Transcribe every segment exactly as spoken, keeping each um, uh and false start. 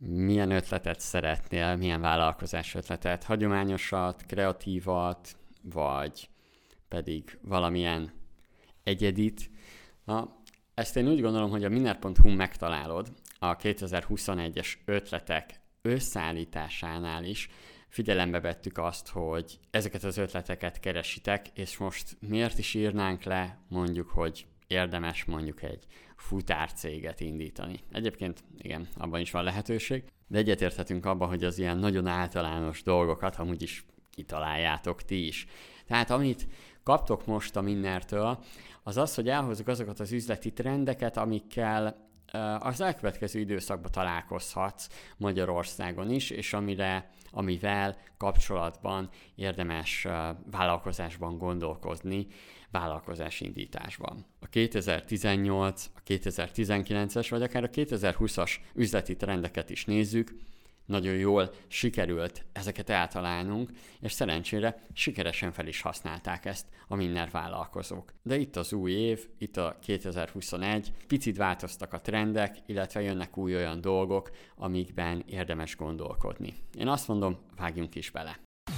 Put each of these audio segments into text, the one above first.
milyen ötletet szeretnél, milyen vállalkozás ötletet, hagyományosat, kreatívat, vagy pedig valamilyen egyedit. Na, ezt én úgy gondolom, hogy a minner pont hu megtalálod a kétezer-huszonegyes ötletek összeállításánál is. Figyelembe vettük azt, hogy ezeket az ötleteket keresitek, és most miért is írnánk le, mondjuk, hogy érdemes mondjuk egy futárcéget indítani. Egyébként igen, abban is van lehetőség, de egyetérthetünk abban, hogy az ilyen nagyon általános dolgokat amúgy is kitaláljátok ti is. Tehát amit kaptok most a Minnertől, az az, hogy elhozzuk azokat az üzleti trendeket, amikkel az elkövetkező időszakban találkozhatsz Magyarországon is, és amire, amivel kapcsolatban érdemes vállalkozásban gondolkozni, vállalkozásindításban. A kétezer-tizennyolc, a kétezer-tizenkilences vagy akár a kétezer-húszas üzleti trendeket is nézzük, nagyon jól sikerült ezeket eltalálnunk, és szerencsére sikeresen fel is használták ezt a Minner vállalkozók. De itt az új év, itt a kétezer-huszonegy, picit változtak a trendek, illetve jönnek új olyan dolgok, amikben érdemes gondolkodni. Én azt mondom, vágjunk is bele.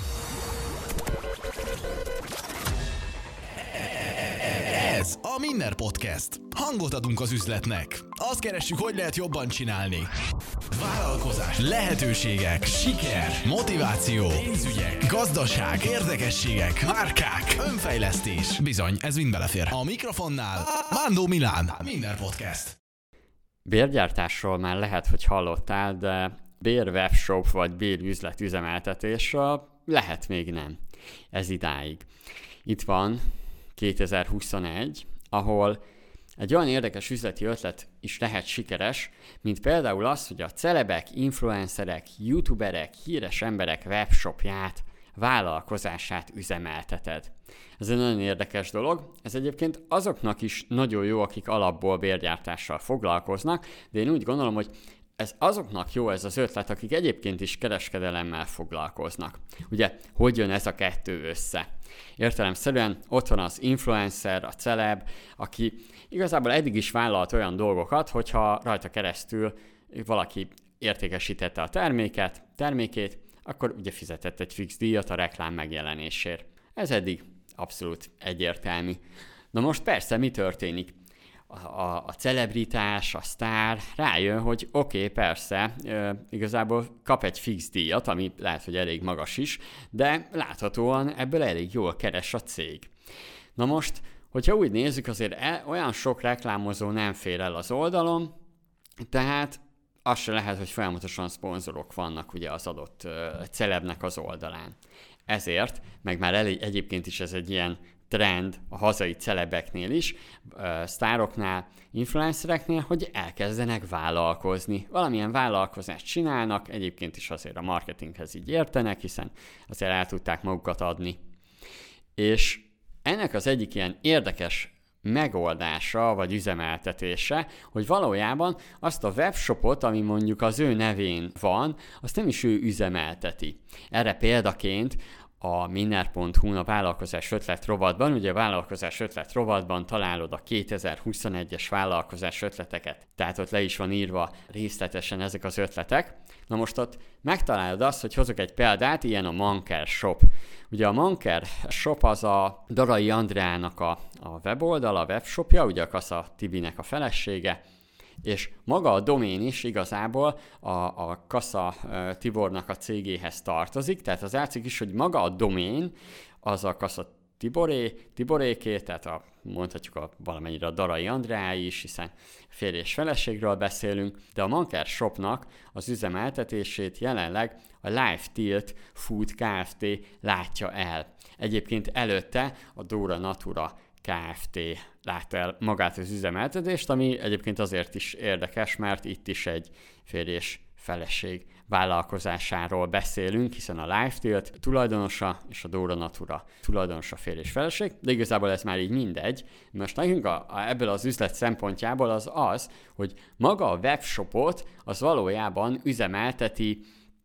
Ez a Minner Podcast. Hangot adunk az üzletnek. Azt keressük, hogy lehet jobban csinálni. Vállalkozás, lehetőségek, siker, motiváció, pénzügyek, gazdaság, érdekességek, márkák, önfejlesztés. Bizony, ez mind belefér. A mikrofonnál Mándó Milán, Minner Podcast. Bérgyártásról már lehet, hogy hallottál, de bér webshop vagy bér üzlet üzemeltetésről lehet még nem. Ez idáig. Itt van kétezer-huszonegy, ahol egy olyan érdekes üzleti ötlet is lehet sikeres, mint például az, hogy a celebek, influencerek, youtuberek, híres emberek webshopját, vállalkozását üzemelteted. Ez egy nagyon érdekes dolog. Ez egyébként azoknak is nagyon jó, akik alapból bérgyártással foglalkoznak, de én úgy gondolom, hogy ez azoknak jó ez az ötlet, akik egyébként is kereskedelemmel foglalkoznak. Ugye, hogy jön ez a kettő össze? Értelemszerűen ott van az influencer, a celeb, aki igazából eddig is vállalt olyan dolgokat, hogyha rajta keresztül valaki értékesítette a terméket, termékét, akkor ugye fizetett egy fix díjat a reklám megjelenésért. Ez eddig abszolút egyértelmű. Na most persze mi történik? A, a, a celebritás, a sztár rájön, hogy oké, okay, persze, e, igazából kap egy fix díjat, ami lehet, hogy elég magas is, de láthatóan ebből elég jól keres a cég. Na most, hogyha úgy nézzük, azért e, olyan sok reklámozó nem fér el az oldalon, tehát az se lehet, hogy folyamatosan szponzorok vannak ugye az adott uh, celebnek az oldalán. Ezért, meg már elég, egyébként is ez egy ilyen trend a hazai celebeknél is, uh, sztároknál, influencereknél, hogy elkezdenek vállalkozni. Valamilyen vállalkozást csinálnak, egyébként is azért a marketinghez így értenek, hiszen azért el tudták magukat adni. És ennek az egyik ilyen érdekes megoldása vagy üzemeltetése, hogy valójában azt a webshopot, ami mondjuk az ő nevén van, azt nem is ő üzemelteti. Erre példaként a minner pont hu-n a vállalkozás ötlet rovatban, ugye a vállalkozás ötlet rovatban találod a kétezer-huszonegyes vállalkozás ötleteket, tehát ott le is van írva részletesen ezek az ötletek. Na most ott megtalálod azt, hogy hozok egy példát, ilyen a Manker Shop. Ugye a Manker Shop az a Darai Andreának a, a weboldala, a webshopja, ugye a Kassa Tibinek a felesége, és maga a domén is igazából a, a Kassa Tibornak a cégéhez tartozik, tehát az látszik is, hogy maga a domén az a Kassa Tiboré, Tiboréké, tehát a, mondhatjuk a, valamennyire a Darai Andreái is, hiszen férj és feleségről beszélünk, de a Manker Shopnak az üzemeltetését jelenleg a Live Tilt Food Kft. Látja el. Egyébként előtte a Dóra Natura Kft. Látta el magát az üzemeltetést, ami egyébként azért is érdekes, mert itt is egy férj és feleség vállalkozásáról beszélünk, hiszen a Live Tilt tulajdonosa és a Dóra Natura tulajdonosa férj és feleség, de igazából ez már így mindegy. Most nekünk a, a, ebből az üzlet szempontjából az az, hogy maga a webshopot az valójában üzemelteti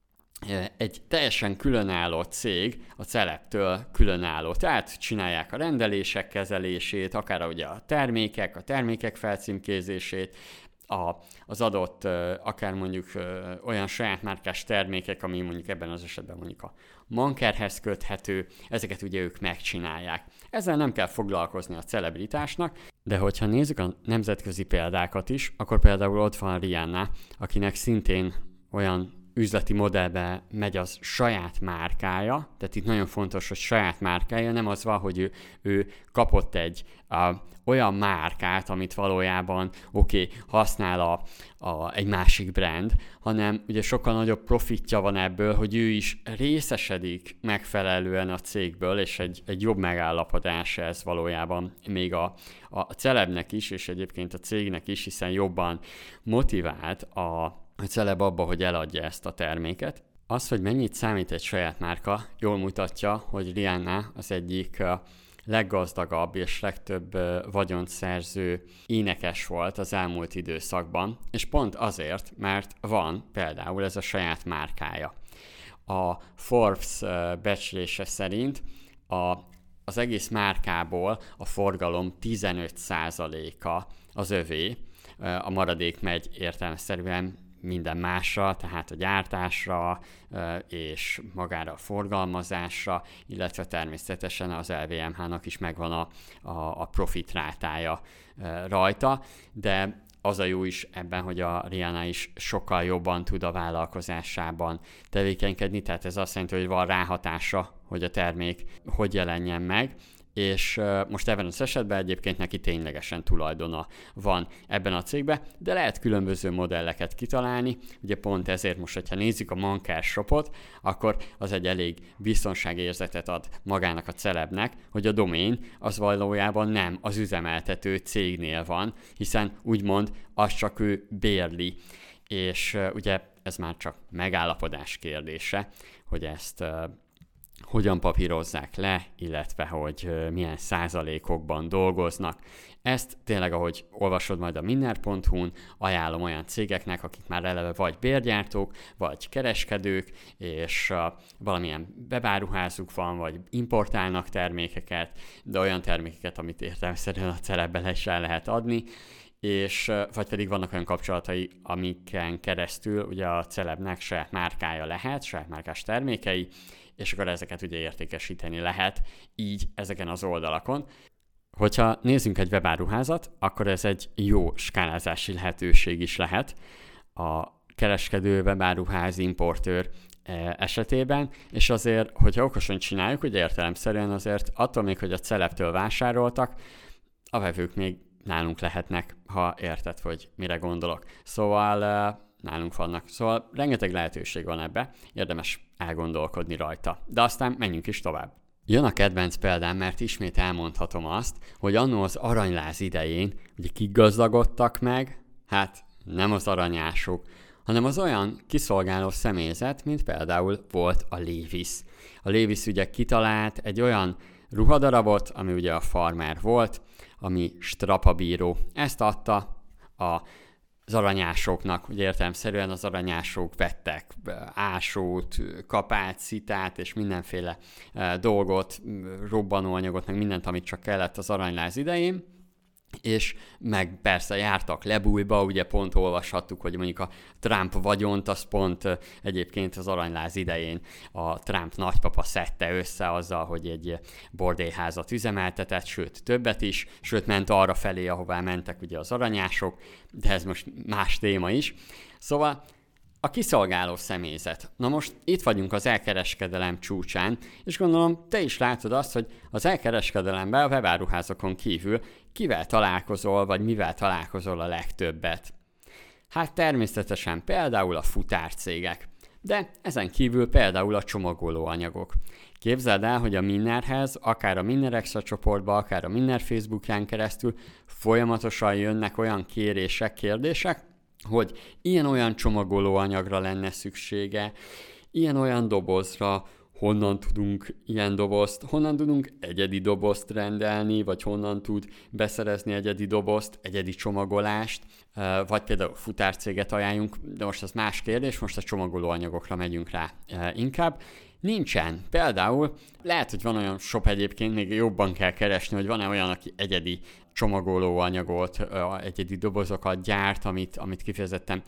egy teljesen különálló cég, a celebtől különálló. Tehát csinálják a rendelések kezelését, akár ugye a termékek, a termékek felcímkézését, a, az adott, akár mondjuk olyan saját márkás termékek, ami mondjuk ebben az esetben mondjuk a Mankerhez köthető, ezeket ugye ők megcsinálják. Ezzel nem kell foglalkozni a celebritásnak, de hogyha nézzük a nemzetközi példákat is, akkor például ott van Rihanna, akinek szintén olyan üzleti modellbe megy az saját márkája, tehát itt nagyon fontos, hogy saját márkája, nem az van, hogy ő, ő kapott egy a, olyan márkát, amit valójában oké, okay, használ a, a, egy másik brand, hanem ugye sokkal nagyobb profitja van ebből, hogy ő is részesedik megfelelően a cégből, és egy, egy jobb megállapodás ez valójában még a, a celebnek is, és egyébként a cégnek is, hiszen jobban motivált a a celeb abba, hogy eladja ezt a terméket. Az, hogy mennyit számít egy saját márka, jól mutatja, hogy Rihanna az egyik leggazdagabb és legtöbb vagyont szerző énekes volt az elmúlt időszakban, és pont azért, mert van például ez a saját márkája. A Forbes becslése szerint a, az egész márkából a forgalom tizenöt százaléka az övé, a maradék megy értelmeszerűen minden másra, tehát a gyártásra és magára a forgalmazásra, illetve természetesen az el vé em há-nak is megvan a, a, a profit rátája rajta, de az a jó is ebben, hogy a Rihanna is sokkal jobban tud a vállalkozásában tevékenykedni, tehát ez azt jelenti, hogy van ráhatása, hogy a termék hogy jelenjen meg, és most ebben az esetben egyébként neki ténylegesen tulajdona van ebben a cégben, de lehet különböző modelleket kitalálni, ugye pont ezért most, hogyha nézzük a Manker shopot, akkor az egy elég biztonságérzetet ad magának a celebnek, hogy a domain az valójában nem az üzemeltető cégnél van, hiszen úgymond az csak ő bérli, és ugye ez már csak megállapodás kérdése, hogy ezt hogyan papírozzák le, illetve hogy milyen százalékokban dolgoznak. Ezt tényleg, ahogy olvasod majd a minner pont hu-n, ajánlom olyan cégeknek, akik már eleve vagy bérgyártók, vagy kereskedők, és valamilyen webáruházuk van, vagy importálnak termékeket, de olyan termékeket, amit értelemszerűen a celebbe le is el lehet adni, és vagy pedig vannak olyan kapcsolatai, amiken keresztül ugye a celebnek saját márkája lehet, saját márkás termékei, és akkor ezeket ugye értékesíteni lehet így ezeken az oldalakon. Hogyha nézzünk egy webáruházat, akkor ez egy jó skálázási lehetőség is lehet a kereskedő, webáruház, importőr esetében, és azért, hogyha okosan csináljuk, ugye értelemszerűen azért attól még, hogy a celebtől vásároltak, a vevők még nálunk lehetnek, ha érted, hogy mire gondolok. Szóval nálunk vannak. Szóval rengeteg lehetőség van ebbe, érdemes elgondolkodni rajta. De aztán menjünk is tovább. Jön a kedvenc példám, mert ismét elmondhatom azt, hogy annó az aranyláz idején, ugye kik gazdagodtak meg? Hát nem az aranyások, hanem az olyan kiszolgáló személyzet, mint például volt a Levi's. A Levi's ugye kitalált egy olyan ruhadarabot, ami ugye a Farmer volt, ami strapabíró. Ezt adta a az aranyásoknak, ugye értelemszerűen az aranyások vettek ásót, kapát, szitát és mindenféle dolgot, robbanóanyagot, meg mindent, amit csak kellett az aranyláz idején, és meg persze jártak lebújba, ugye pont olvashattuk, hogy mondjuk a Trump vagyont, az pont egyébként az aranyláz idején a Trump nagypapa szedte össze azzal, hogy egy bordélyházat üzemeltetett, sőt többet is, sőt ment arra felé, ahová mentek ugye az aranyások, de ez most más téma is. Szóval a kiszolgáló személyzet. Na most itt vagyunk az elkereskedelem csúcsán, és gondolom te is látod azt, hogy az elkereskedelemben a webáruházakon kívül kivel találkozol, vagy mivel találkozol a legtöbbet. Hát természetesen például a futárcégek, de ezen kívül például a csomagolóanyagok. Képzeld el, hogy a Minnerhez, akár a Minner Extra csoportba, akár a Minner Facebookján keresztül folyamatosan jönnek olyan kérések, kérdések, hogy ilyen-olyan csomagolóanyagra lenne szüksége, ilyen-olyan dobozra, honnan tudunk ilyen dobozt, honnan tudunk egyedi dobozt rendelni, vagy honnan tud beszerezni egyedi dobozt, egyedi csomagolást, vagy például futárcéget ajánljunk, de most az más kérdés, most a csomagolóanyagokra megyünk rá inkább. Nincsen. Például lehet, hogy van olyan shop egyébként, még jobban kell keresni, hogy van-e olyan, aki egyedi csomagolóanyagot, egyedi dobozokat gyárt, amit, amit kifejezetten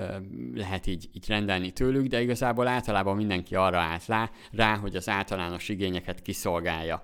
lehet így, így rendelni tőlük, de igazából általában mindenki arra állt rá, rá, hogy az általános igényeket kiszolgálja.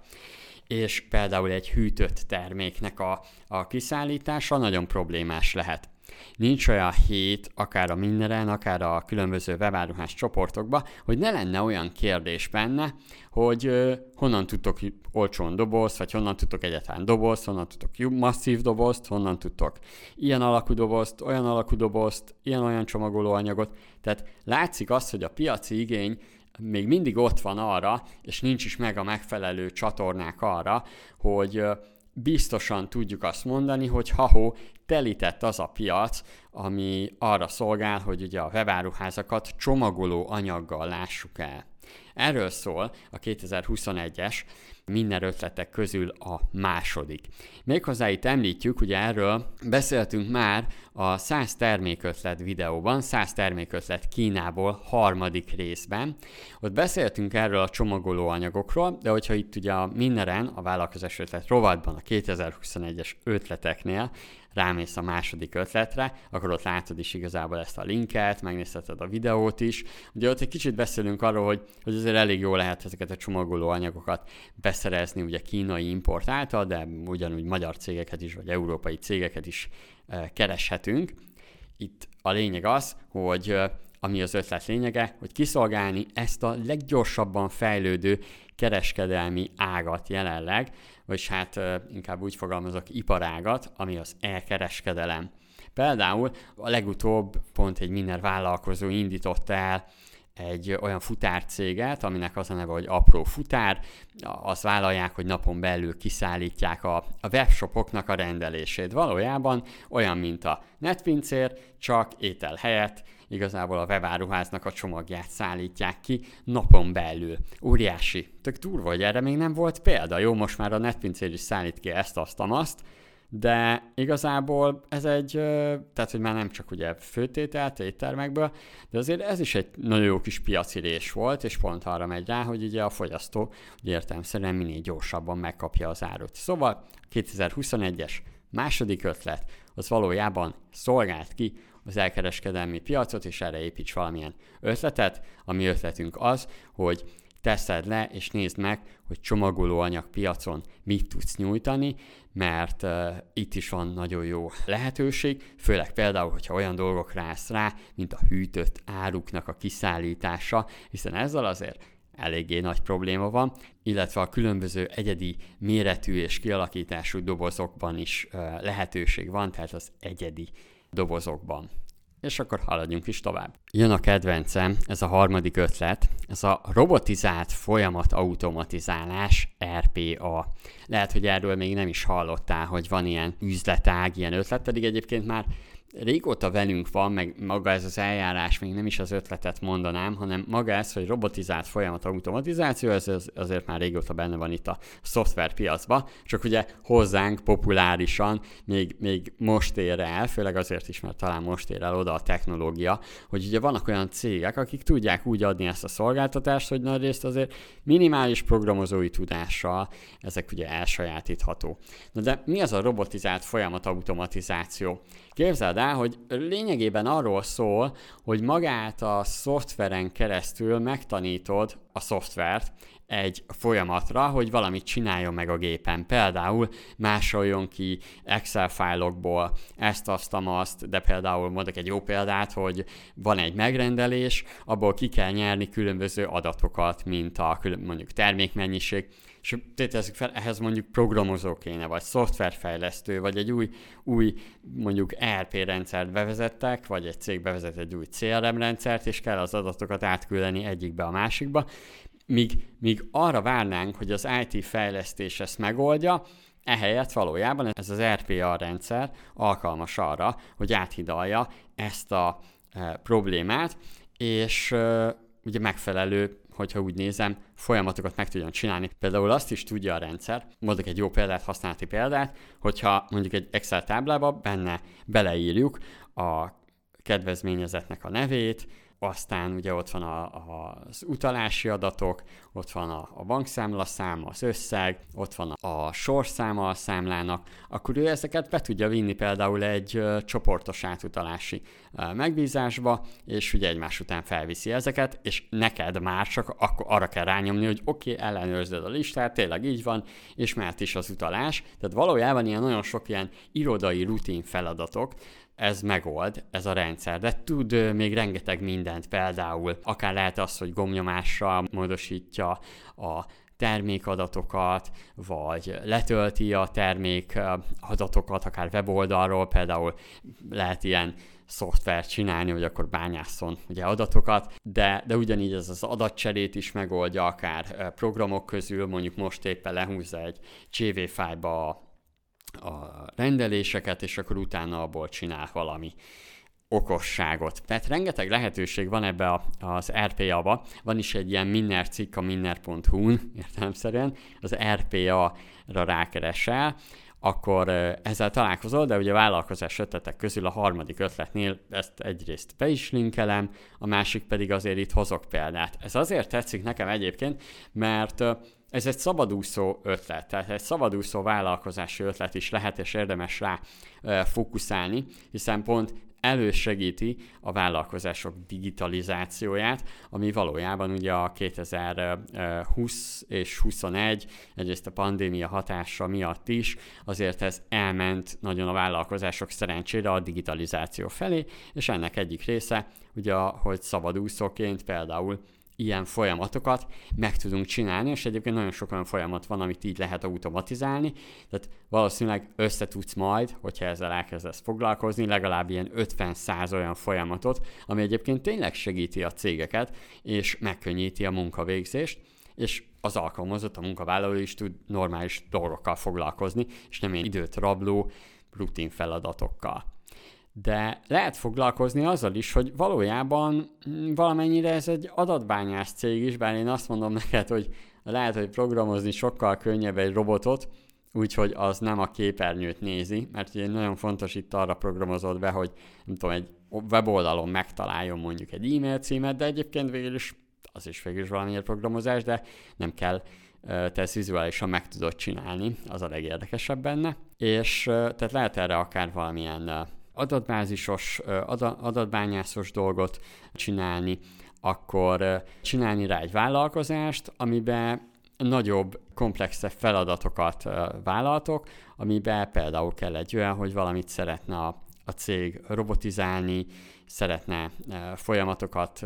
És például egy hűtött terméknek a, a kiszállítása nagyon problémás lehet. Nincs olyan hét, akár a Minderen, akár a különböző webáruhás csoportokban, hogy ne lenne olyan kérdés benne, hogy uh, honnan tudtok olcsón dobozt, vagy honnan tudtok egyáltalán dobozt, honnan tudtok masszív dobozt, honnan tudtok ilyen alakú dobozt, olyan alakú dobozt, ilyen-olyan csomagolóanyagot. Tehát látszik az, hogy a piaci igény még mindig ott van arra, és nincs is meg a megfelelő csatornák arra, hogy uh, biztosan tudjuk azt mondani, hogy ha-hó, telített az a piac, ami arra szolgál, hogy ugye a webáruházakat csomagoló anyaggal lássuk el. Erről szól a kétezer-huszonegyes Minner ötletek közül a második. Méghozzá itt említjük, ugye erről beszéltünk már a száz termékötlet videóban, száz termékötlet Kínából harmadik részben. Ott beszéltünk erről a csomagolóanyagokról, de hogyha itt ugye a Minneren, a vállalkozás ötlet rovatban, a kétezer-huszonegyes ötleteknél rámész a második ötletre, akkor ott látod is igazából ezt a linket, megnézheted a videót is. Ugye ott egy kicsit beszélünk arról, hogy, hogy azért elég jól lehet ezeket a csomagolóanyagokat beszerezni ugye kínai import által, de ugyanúgy magyar cégeket is, vagy európai cégeket is e, kereshetünk. Itt a lényeg az, hogy e, ami az ötlet lényege, hogy kiszolgálni ezt a leggyorsabban fejlődő kereskedelmi ágat jelenleg, vagyis hát e, inkább úgy fogalmazok, iparágat, ami az e-kereskedelem. Például a legutóbb pont egy Minner vállalkozó indította el egy olyan futárcéget, aminek az a neve, hogy Apró Futár, azt vállalják, hogy napon belül kiszállítják a, a webshopoknak a rendelését. Valójában olyan, mint a netpincér, csak étel helyett igazából a webáruháznak a csomagját szállítják ki napon belül. Óriási. Tök durva, hogy erre még nem volt példa. Jó, most már a netpincér is szállít ki ezt, azt, azt, de igazából ez egy, tehát hogy már nem csak ugye főtételt, éttermekből, de azért ez is egy nagyon jó kis piaci rés volt, és pont arra megy rá, hogy ugye a fogyasztó ugye értelemszerűen minél gyorsabban megkapja az árut. Szóval kétezer-huszonegyes második ötlet, az valójában szolgált ki az elkereskedelmi piacot, és erre építs valamilyen ötletet. A mi ötletünk az, hogy teszed le, és nézd meg, hogy csomagolóanyag piacon mit tudsz nyújtani, mert uh, itt is van nagyon jó lehetőség, főleg például, hogyha olyan dolgokra állsz rá, mint a hűtött áruknak a kiszállítása, hiszen ezzel azért eléggé nagy probléma van, illetve a különböző egyedi méretű és kialakítású dobozokban is uh, lehetőség van, tehát az egyedi dobozokban. És akkor haladjunk is tovább. Jön a kedvencem, ez a harmadik ötlet, ez a robotizált folyamat automatizálás, er pé á. Lehet, hogy erről még nem is hallottál, hogy van ilyen üzletág, ilyen ötlet, pedig egyébként már régóta velünk van, meg maga ez az eljárás, még nem is az ötletet mondanám, hanem maga ez, hogy robotizált folyamat automatizáció, ez azért már régóta benne van itt a szoftverpiacban, csak ugye hozzánk populárisan még, még most ér el, főleg azért is, mert talán most ér el oda a technológia, hogy ugye vannak olyan cégek, akik tudják úgy adni ezt a szolgáltatást, hogy nagyrészt azért minimális programozói tudással ezek ugye elsajátítható. Na de mi az a robotizált folyamat automatizáció? Képzeld el, hogy lényegében arról szól, hogy magát a szoftveren keresztül megtanítod a szoftvert egy folyamatra, hogy valamit csináljon meg a gépen. Például másoljon ki Excel fájlokból ezt, azt, azt, de például mondok egy jó példát, hogy van egy megrendelés, abból ki kell nyerni különböző adatokat, mint a mondjuk termékmennyiség, és tételezzük fel, ehhez mondjuk programozó kéne, vagy szoftverfejlesztő, vagy egy új, új mondjuk er pé rendszert bevezettek, vagy egy cég bevezet egy új cé er em rendszert, és kell az adatokat átküldeni egyikbe a másikba. Míg, míg arra várnánk, hogy az i té fejlesztés ezt megoldja, ehelyett valójában ez az er pé á rendszer alkalmas arra, hogy áthidalja ezt a e, problémát, és e, ugye megfelelő hogyha úgy nézem, folyamatokat meg tudjon csinálni. Például azt is tudja a rendszer, mondok egy jó példát, használati példát, hogyha mondjuk egy Excel táblába benne beleírjuk a kedvezményezetnek a nevét, aztán ugye ott van a, a, az utalási adatok, ott van a, a bankszámlaszám, az összeg, ott van a, a sorszáma a számlának, akkor ő ezeket be tudja vinni például egy ö, csoportos átutalási ö, megbízásba, és ugye egymás után felviszi ezeket, és neked már csak akkor arra kell rányomni, hogy oké, okay, ellenőrzöd a listát, tényleg így van, és mehet is az utalás. Tehát valójában ilyen nagyon sok ilyen irodai rutin feladatok, ez megold, ez a rendszer, de tud még rengeteg mindent, például akár lehet az, hogy gombnyomásra módosítja a termékadatokat, vagy letölti a termékadatokat, akár weboldalról, például lehet ilyen szoftvert csinálni, hogy akkor bányásszon ugye adatokat, de, de ugyanígy ez az adatcserét is megoldja, akár programok közül, mondjuk most éppen lehúzza egy cé vé fájlba a a rendeléseket, és akkor utána abból csinál valami okosságot. Tehát rengeteg lehetőség van ebbe a, az er pé á-ba. Van is egy ilyen Minner cikk a minner pont hu-n, értelemszerűen, az er pé á-ra rákeresel, akkor ezzel találkozol, de ugye a vállalkozás ötletek közül a harmadik ötletnél ezt egyrészt be is linkelem, a másik pedig azért itt hozok példát. Ez azért tetszik nekem egyébként, mert ez egy szabadúszó ötlet, tehát egy szabadúszó vállalkozási ötlet is lehet, és érdemes rá e, fókuszálni, hiszen pont elősegíti a vállalkozások digitalizációját, ami valójában ugye a kétezer-húsz és huszonegy, egyrészt a pandémia hatása miatt is, azért ez elment nagyon a vállalkozások szerencsére a digitalizáció felé, és ennek egyik része, ugye, hogy szabadúszóként például ilyen folyamatokat meg tudunk csinálni, és egyébként nagyon sok olyan folyamat van, amit így lehet automatizálni, tehát valószínűleg összetudsz majd, hogyha ezzel elkezdesz foglalkozni, legalább ilyen ötven-száz olyan folyamatot, ami egyébként tényleg segíti a cégeket, és megkönnyíti a munkavégzést, és az alkalmazott, a munkavállaló is tud normális dolgokkal foglalkozni, és nem ilyen időt rabló rutin feladatokkal. De lehet foglalkozni azzal is, hogy valójában valamennyire ez egy adatbányász cég is, bár én azt mondom neked, hogy lehet, hogy programozni sokkal könnyebb egy robotot, úgyhogy az nem a képernyőt nézi, mert ugye nagyon fontos itt arra programozod be, hogy nem tudom, egy weboldalon megtaláljon mondjuk egy e-mail címet, de egyébként végül is az is végül is valamilyen programozás, de nem kell, te ezt vizuálisan meg tudod csinálni, az a legérdekesebb benne, és tehát lehet erre akár valamilyen adatbázisos, adatbányászos dolgot csinálni, akkor csinálni rá egy vállalkozást, amiben nagyobb, komplexebb feladatokat vállaltok, amiben például kell egy olyan, hogy valamit szeretne a, a cég robotizálni, szeretne folyamatokat,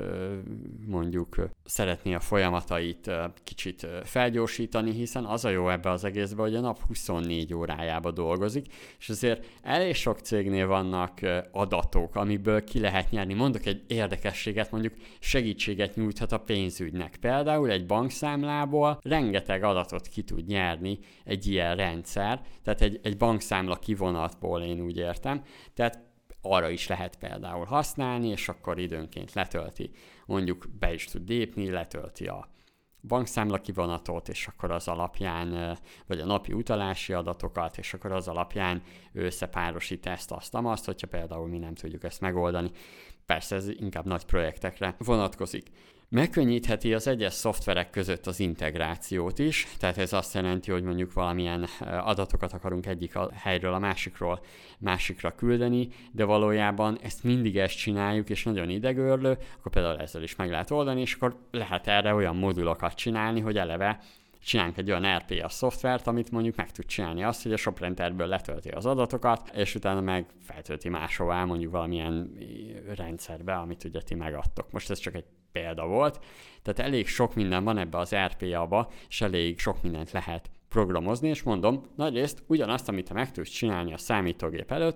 mondjuk szeretné a folyamatait kicsit felgyorsítani, hiszen az a jó ebbe az egészben, hogy a nap huszonnégy órájába dolgozik, és azért elég sok cégnél vannak adatok, amiből ki lehet nyerni. Mondok egy érdekességet, mondjuk segítséget nyújthat a pénzügynek. Például egy bankszámlából rengeteg adatot ki tud nyerni egy ilyen rendszer, tehát egy, egy bankszámla kivonatból én úgy értem, tehát arra is lehet például használni, és akkor időnként letölti, mondjuk be is tud lépni, letölti a bankszámla kivonatot, és akkor az alapján, vagy a napi utalási adatokat, és akkor az alapján összepárosít ezt, azt, azt, hogyha például mi nem tudjuk ezt megoldani. Persze ez inkább nagy projektekre vonatkozik. Megkönnyítheti az egyes szoftverek között az integrációt is, tehát ez azt jelenti, hogy mondjuk valamilyen adatokat akarunk egyik helyről a másikról másikra küldeni, de valójában ezt mindig ezt csináljuk, és nagyon idegörlő, akkor például ezzel is meg lehet oldani, és akkor lehet erre olyan modulokat csinálni, hogy eleve csinálunk egy olyan er pé á szoftvert, amit mondjuk meg tud csinálni azt, hogy a ShopRenterből letölti az adatokat, és utána meg feltölti máshová, mondjuk valamilyen rendszerbe, amit ugye ti megadtok. Most ez csak egy példa volt. Tehát elég sok minden van ebbe az er pé á-ba, és elég sok mindent lehet programozni, és mondom, nagyrészt ugyanazt, amit te meg tudsz csinálni a számítógép előtt,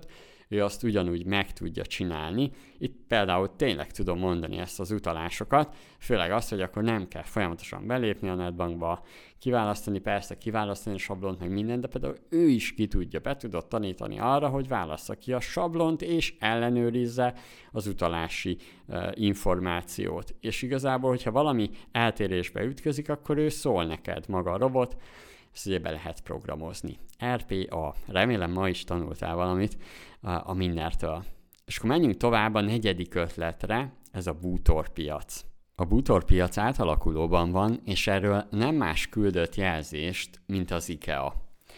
ő azt ugyanúgy meg tudja csinálni. Itt például tényleg tudom mondani ezt az utalásokat, főleg azt, hogy akkor nem kell folyamatosan belépni a netbankba, kiválasztani, persze kiválasztani a sablont, meg minden, de például ő is ki tudja, be tudott tanítani arra, hogy válassza ki a sablont, és ellenőrizze az utalási uh, információt. És igazából, hogyha valami eltérésbe ütközik, akkor ő szól neked, maga a robot, ezt ugye be lehet programozni. er pé á. Remélem ma is tanultál valamit uh, a Minnertől. És akkor menjünk tovább a negyedik ötletre, ez a bútorpiac. A bútorpiac átalakulóban van, és erről nem más küldött jelzést, mint az IKEA.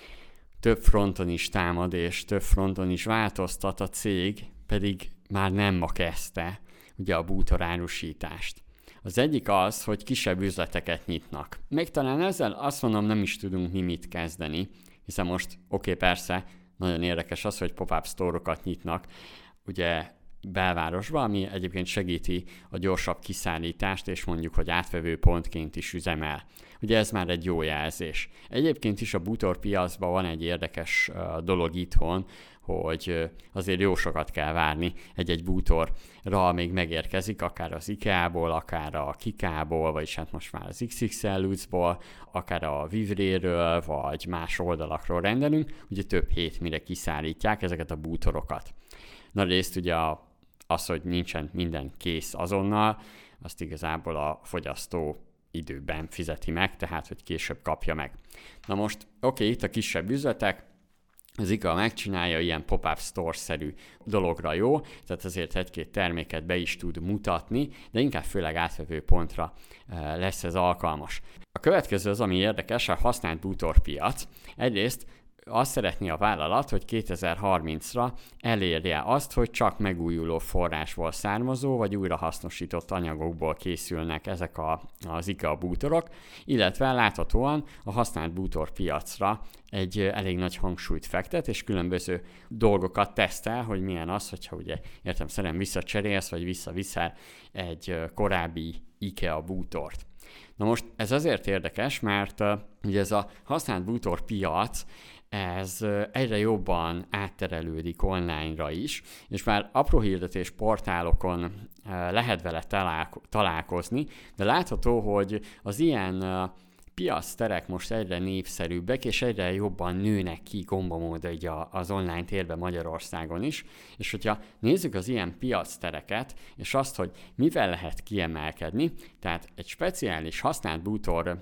Több fronton is támad, és több fronton is változtat a cég, pedig már nem ma kezdte ugye a bútorárusítást. Az egyik az, hogy kisebb üzleteket nyitnak. Még talán ezzel azt mondom, nem is tudunk mi mit kezdeni, hiszen most oké, okay, persze, nagyon érdekes az, hogy pop-up store-okat nyitnak, ugye belvárosban, ami egyébként segíti a gyorsabb kiszállítást, és mondjuk, hogy átvevő pontként is üzemel. Ugye ez már egy jó jelzés. Egyébként is a bútorpiacban van egy érdekes uh, dolog itthon, hogy uh, azért jó sokat kell várni egy-egy bútorra, még megérkezik, akár az IKEA-ból, akár a Kikából, vagyis hát most már az iksz iksz el Lutzból, akár a Vivréről, vagy más oldalakról rendelünk, ugye több hét mire kiszállítják ezeket a bútorokat. Na részt ugye a az, hogy nincsen minden kész azonnal, azt igazából a fogyasztó időben fizeti meg, tehát hogy később kapja meg. Na most, oké, okay, itt a kisebb üzletek, az IKEA megcsinálja, ilyen pop-up store-szerű dologra jó, tehát azért egy-két terméket be is tud mutatni, de inkább főleg átvevő pontra lesz ez alkalmas. A következő az, ami érdekes, a használt bútorpiac. Egyrészt azt szeretné a vállalat, hogy kétezer-harmincra elérje azt, hogy csak megújuló forrásból származó, vagy újrahasznosított anyagokból készülnek ezek a, az IKEA bútorok, illetve láthatóan a használt bútorpiacra egy elég nagy hangsúlyt fektet, és különböző dolgokat tesztel, hogy milyen az, hogyha ugye értelemszerűen visszacserélsz, vagy visszaviszel egy korábbi IKEA bútort. Na most ez azért érdekes, mert uh, ugye ez a használt bútorpiac, ez egyre jobban átterelődik online-ra is, és már apró hirdetés portálokon lehet vele találkozni, de látható, hogy az ilyen piacterek most egyre népszerűbbek, és egyre jobban nőnek ki gombamód az online térben Magyarországon is, és hogyha nézzük az ilyen piactereket, és azt, hogy mivel lehet kiemelkedni, tehát egy speciális használt bútor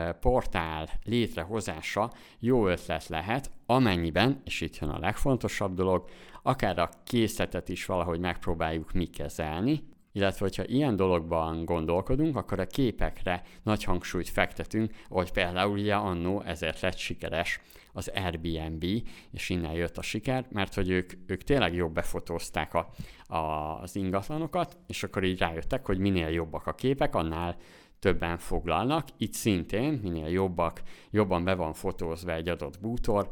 portál létrehozása jó ötlet lehet, amennyiben, és itt jön a legfontosabb dolog, akár a készletet is valahogy megpróbáljuk mi kezelni, illetve hogyha ilyen dologban gondolkodunk, akkor a képekre nagy hangsúlyt fektetünk, ahogy például ugye annó ezért lett sikeres az Airbnb, és innen jött a siker, mert hogy ők, ők tényleg jobb befotózták a, a, az ingatlanokat, és akkor így rájöttek, hogy minél jobbak a képek, annál többen foglalnak. Itt szintén minél jobbak, jobban be van fotózva egy adott bútor,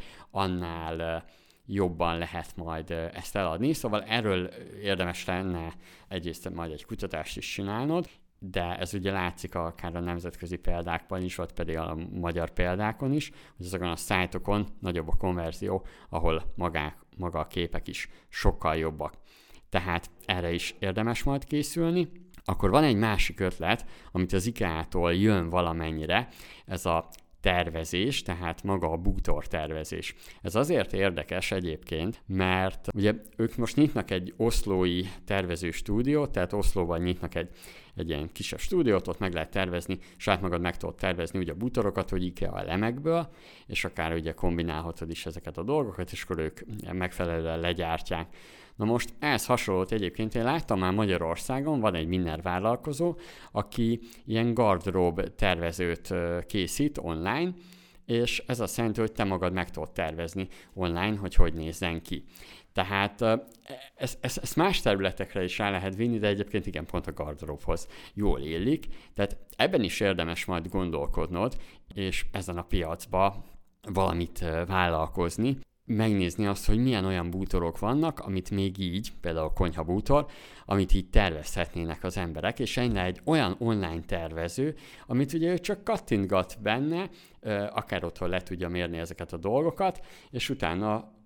annál jobban lehet majd ezt eladni, szóval erről érdemes lenne egyrészt majd egy kutatást is csinálnod, de ez ugye látszik akár a nemzetközi példákban is, vagy pedig a magyar példákon is, hogy azokon a szájtokon nagyobb a konverzió, ahol magák, maga a képek is sokkal jobbak. Tehát erre is érdemes majd készülni. Akkor van egy másik ötlet, amit az IKEA-tól jön valamennyire, ez a tervezés, tehát maga a bútor tervezés. Ez azért érdekes egyébként, mert ugye ők most nyitnak egy oszlói tervező stúdiót, tehát Oszlóban nyitnak egy, egy ilyen kisebb stúdiót, ott meg lehet tervezni, saját magad meg tudod tervezni ugye a bútorokat, hogy IKEA elemekből, és akár ugye kombinálhatod is ezeket a dolgokat, és akkor ők megfelelően legyártják. Na most ehhez hasonlót egyébként én láttam már Magyarországon, van egy Minner vállalkozó, aki ilyen gardrób tervezőt készít online, és ez azt jelenti, hogy te magad meg tudod tervezni online, hogy hogy nézzen ki. Tehát ezt, ezt, ezt más területekre is rá lehet vinni, de egyébként igen, pont a gardróbhoz jól illik. Tehát ebben is érdemes majd gondolkodnod, és ezen a piacba valamit vállalkozni, megnézni azt, hogy milyen olyan bútorok vannak, amit még így, például a konyhabútor, amit így tervezhetnének az emberek, és lenne egy olyan online tervező, amit ugye ő csak kattintgat benne, akár otthon le tudja mérni ezeket a dolgokat, és utána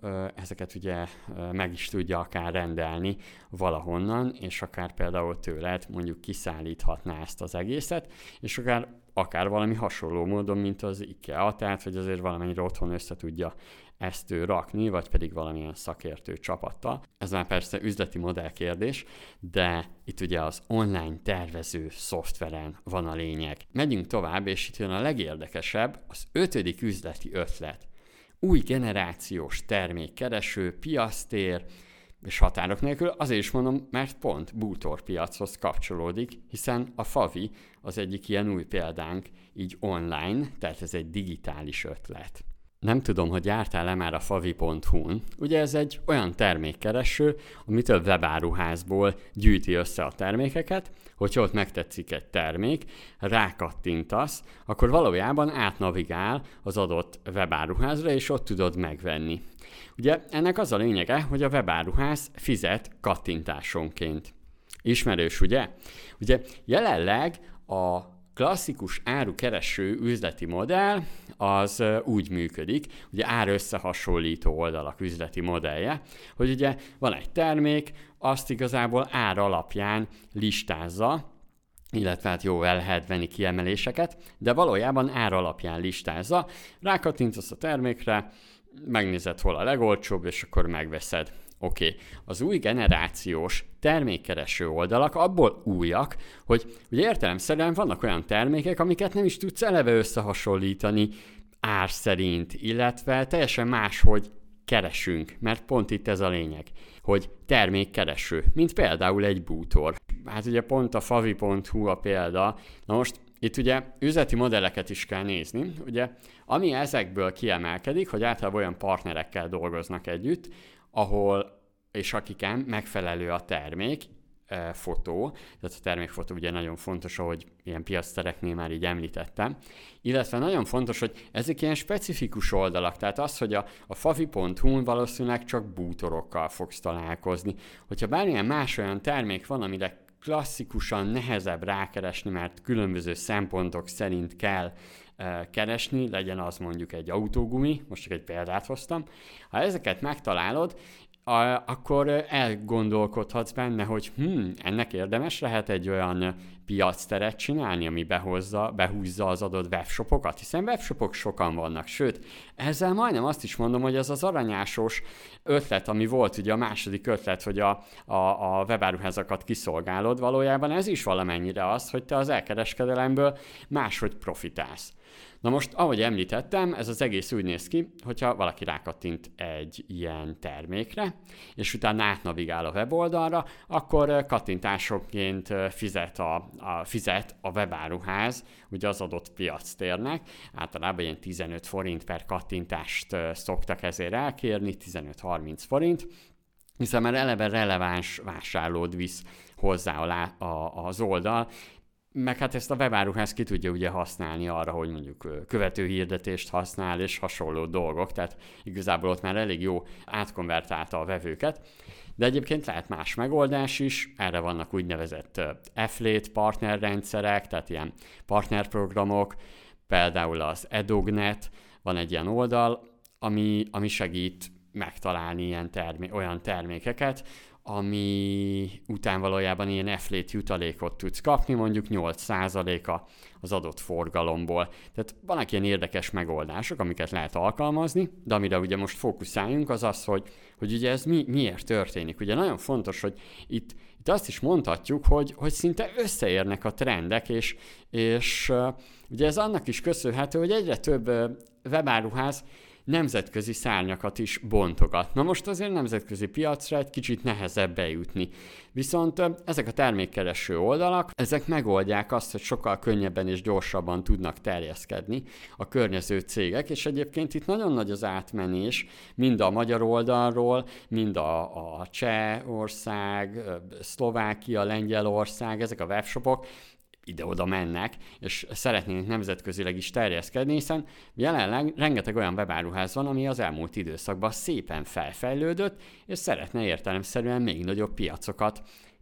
ezeket ugye meg is tudja akár rendelni valahonnan, és akár például tőled mondjuk kiszállíthatná ezt az egészet, és akár, akár valami hasonló módon, mint az IKEA, tehát hogy azért valamennyire otthon össze tudja ezt ő rakni, vagy pedig valamilyen szakértő csapattal. Ez már persze üzleti modell kérdés, de itt ugye az online tervező szoftveren van a lényeg. Megyünk tovább, és itt jön a legérdekesebb, az ötödik üzleti ötlet. Új generációs termékkereső, piactér, és határok nélkül, azért is mondom, mert pont bútorpiachoz kapcsolódik, hiszen a Favi az egyik ilyen új példánk így online, tehát ez egy digitális ötlet. Nem tudom, hogy jártál-e már a favi pont hu-n. Ugye ez egy olyan termékkereső, ami több webáruházból gyűjti össze a termékeket, hogyha ott megtetszik egy termék, rákattintasz, akkor valójában átnavigál az adott webáruházra, és ott tudod megvenni. Ugye ennek az a lényege, hogy a webáruház fizet kattintásonként. Ismerős, ugye? Ugye jelenleg a klasszikus árukereső üzleti modell az úgy működik, ugye árösszehasonlító oldalak üzleti modellje, hogy ugye van egy termék, azt igazából ár alapján listázza, illetve hát jó, el lehet venni kiemeléseket, de valójában ár alapján listázza, rákattintasz a termékre, megnézed, hol a legolcsóbb, és akkor megveszed. Oké, okay. Az új generációs termékkereső oldalak abból újak, hogy ugye értelemszerűen vannak olyan termékek, amiket nem is tudsz eleve összehasonlítani ár szerint, illetve teljesen máshogy keresünk, mert pont itt ez a lényeg, hogy termékkereső, mint például egy bútor. Hát ugye pont a favi pont hu a példa. Na most itt ugye üzleti modelleket is kell nézni, ugye ami ezekből kiemelkedik, hogy általában olyan partnerekkel dolgoznak együtt, ahol és akiken megfelelő a termék, e, fotó, tehát a termékfotó ugye nagyon fontos, ahogy ilyen piactereknél már így említettem, illetve nagyon fontos, hogy ezek ilyen specifikus oldalak, tehát az, hogy a, a favi pont hu-n valószínűleg csak bútorokkal fogsz találkozni. Hogyha bármilyen más olyan termék van, amire klasszikusan nehezebb rákeresni, mert különböző szempontok szerint kell e, keresni, legyen az mondjuk egy autógumi, most csak egy példát hoztam. Ha ezeket megtalálod, a, akkor elgondolkodhatsz benne, hogy hm, ennek érdemes lehet egy olyan piacteret csinálni, ami behozza, behúzza az adott webshopokat, hiszen webshopok sokan vannak, sőt, ezzel majdnem azt is mondom, hogy ez az aranyásos ötlet, ami volt ugye a második ötlet, hogy a, a, a webáruházakat kiszolgálod, valójában ez is valamennyire az, hogy te az elkereskedelemből máshogy profitálsz. Na most, ahogy említettem, ez az egész úgy néz ki, hogyha valaki rákattint egy ilyen termékre, és utána átnavigál a weboldalra, akkor kattintásokként fizet a, a, fizet a webáruház, ugye az adott piactérnek, általában ilyen tizenöt forint per kattintást szoktak ezért elkérni, tizenöt-harminc forint, hiszen már eleve releváns vásárlód visz hozzá a, a, az oldal, meg hát ezt a webáruház ki tudja ugye használni arra, hogy mondjuk követőhirdetést használ, és hasonló dolgok, tehát igazából ott már elég jó átkonvertálta a vevőket. De egyébként lehet más megoldás is, erre vannak úgynevezett affiliate partnerrendszerek, tehát ilyen partnerprogramok, például az Edognet, van egy ilyen oldal, ami, ami segít megtalálni ilyen termé- olyan termékeket, ami után valójában ilyen affiliate jutalékot tudsz kapni, mondjuk nyolc százaléka az adott forgalomból. Tehát vannak ilyen érdekes megoldások, amiket lehet alkalmazni, de amire ugye most fókuszáljunk, az az, hogy, hogy ugye ez mi, miért történik. Ugye nagyon fontos, hogy itt, itt azt is mondhatjuk, hogy, hogy szinte összeérnek a trendek, és, és uh, ugye ez annak is köszönhető, hogy egyre több uh, webáruház nemzetközi szárnyakat is bontogat. Na most azért nemzetközi piacra egy kicsit nehezebb bejutni. Viszont ezek a termékkereső oldalak, ezek megoldják azt, hogy sokkal könnyebben és gyorsabban tudnak terjeszkedni a környező cégek, és egyébként itt nagyon nagy az átmenés, mind a magyar oldalról, mind a, a Csehország, Szlovákia, Lengyelország, ezek a webshopok, ide-oda mennek, és szeretnének nemzetközileg is terjeszkedni, hiszen jelenleg rengeteg olyan webáruház van, ami az elmúlt időszakban szépen felfejlődött, és szeretne értelemszerűen még nagyobb piacokat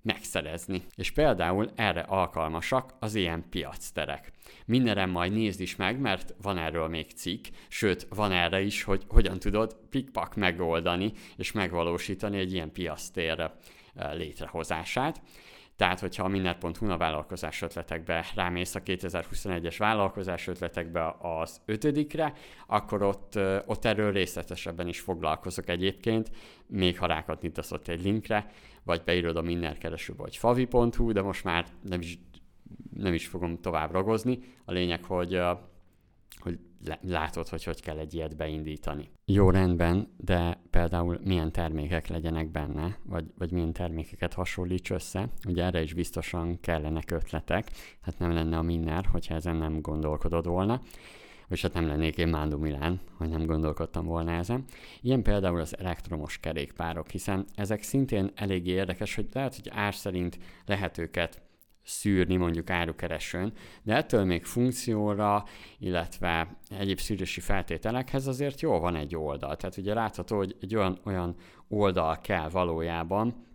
megszerezni. És például erre alkalmasak az ilyen piacterek. Mindenre majd nézd is meg, mert van erről még cikk, sőt, van erre is, hogy hogyan tudod pikpak megoldani és megvalósítani egy ilyen piactér létrehozását. Tehát, hogyha a minner pont hu a vállalkozás ötletekbe rámész a kétezer-huszonegyes vállalkozás ötletekbe az ötödikre, akkor ott, ott erről részletesebben is foglalkozok egyébként, még ha rákattintasz ott egy linkre, vagy beírod a Minner keresőbe, vagy favi pont hu, de most már nem is, nem is fogom tovább ragozni. A lényeg, hogy hogy látod, hogy hogy kell egy ilyet beindítani. Jó, rendben, de például milyen termékek legyenek benne, vagy, vagy milyen termékeket hasonlíts össze, ugye erre is biztosan kellenek ötletek, hát nem lenne a Minner, hogyha ezen nem gondolkodod volna, és hát nem lennék én Mándor Milán, hogy nem gondolkodtam volna ezen. Ilyen például az elektromos kerékpárok, hiszen ezek szintén eléggé érdekes, hogy lehet, hogy ár szerint lehet őket szűrni mondjuk árukeresőn, de ettől még funkcióra, illetve egyéb szűrési feltételekhez azért jól van egy oldal. Tehát ugye látható, hogy egy olyan, olyan oldal kell valójában,